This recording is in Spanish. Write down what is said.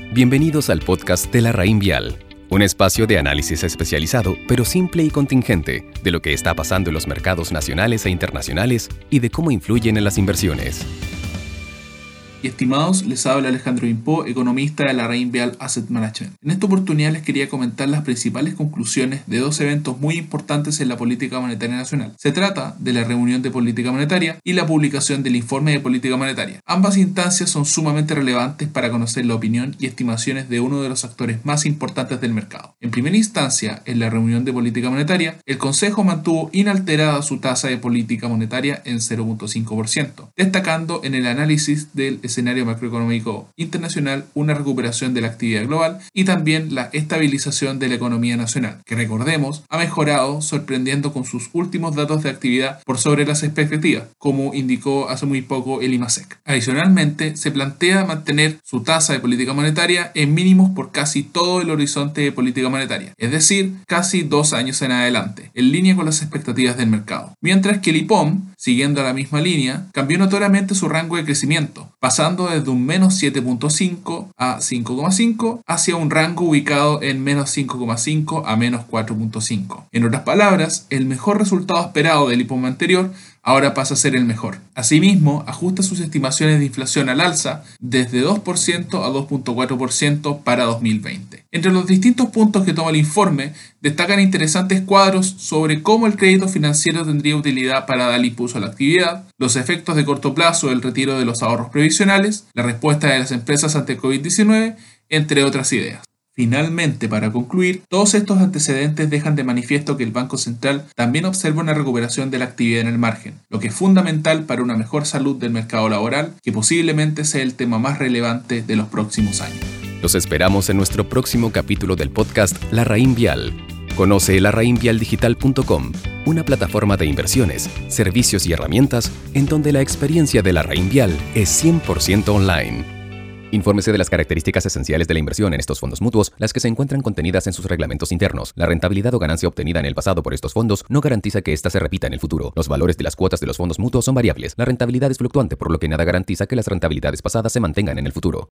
Bienvenidos al podcast de Larraín Vial, un espacio de análisis especializado, pero simple y contingente, de lo que está pasando en los mercados nacionales e internacionales y de cómo influyen en las inversiones. Y estimados, les habla Alejandro Impó, economista de Larraín Vial Asset Management. En esta oportunidad les quería comentar las principales conclusiones de dos eventos muy importantes en la política monetaria nacional. Se trata de la reunión de política monetaria y la publicación del informe de política monetaria. Ambas instancias son sumamente relevantes para conocer la opinión y estimaciones de uno de los actores más importantes del mercado. En primera instancia, en la reunión de política monetaria, el Consejo mantuvo inalterada su tasa de política monetaria en 0.5%, destacando en el análisis del escenario macroeconómico internacional una recuperación de la actividad global y también la estabilización de la economía nacional, que recordemos ha mejorado sorprendiendo con sus últimos datos de actividad por sobre las expectativas, como indicó hace muy poco el IMASEC. Adicionalmente, se plantea mantener su tasa de política monetaria en mínimos por casi todo el horizonte de política monetaria, es decir, casi 2 años en adelante, en línea con las expectativas del mercado. Mientras que el IPOM, siguiendo la misma línea, cambió notoriamente su rango de crecimiento, pasando desde un menos 7.5 a 5.5 hacia un rango ubicado en menos 5.5 a menos 4.5. En otras palabras, el mejor resultado esperado del IPOM anterior ahora pasa a ser el mejor. Asimismo, ajusta sus estimaciones de inflación al alza desde 2% a 2.4% para 2020. Entre los distintos puntos que toma el informe, destacan interesantes cuadros sobre cómo el crédito financiero tendría utilidad para dar impulso a la actividad, los efectos de corto plazo del retiro de los ahorros previsionales, la respuesta de las empresas ante el COVID-19, entre otras ideas. Finalmente, para concluir, todos estos antecedentes dejan de manifiesto que el Banco Central también observa una recuperación de la actividad en el margen, lo que es fundamental para una mejor salud del mercado laboral, que posiblemente sea el tema más relevante de los próximos años. Los esperamos en nuestro próximo capítulo del podcast Larraín Vial. Conoce larrainvialdigital.com, una plataforma de inversiones, servicios y herramientas en donde la experiencia de Larraín Vial es 100% online. Infórmese de las características esenciales de la inversión en estos fondos mutuos, las que se encuentran contenidas en sus reglamentos internos. La rentabilidad o ganancia obtenida en el pasado por estos fondos no garantiza que ésta se repita en el futuro. Los valores de las cuotas de los fondos mutuos son variables. La rentabilidad es fluctuante, por lo que nada garantiza que las rentabilidades pasadas se mantengan en el futuro.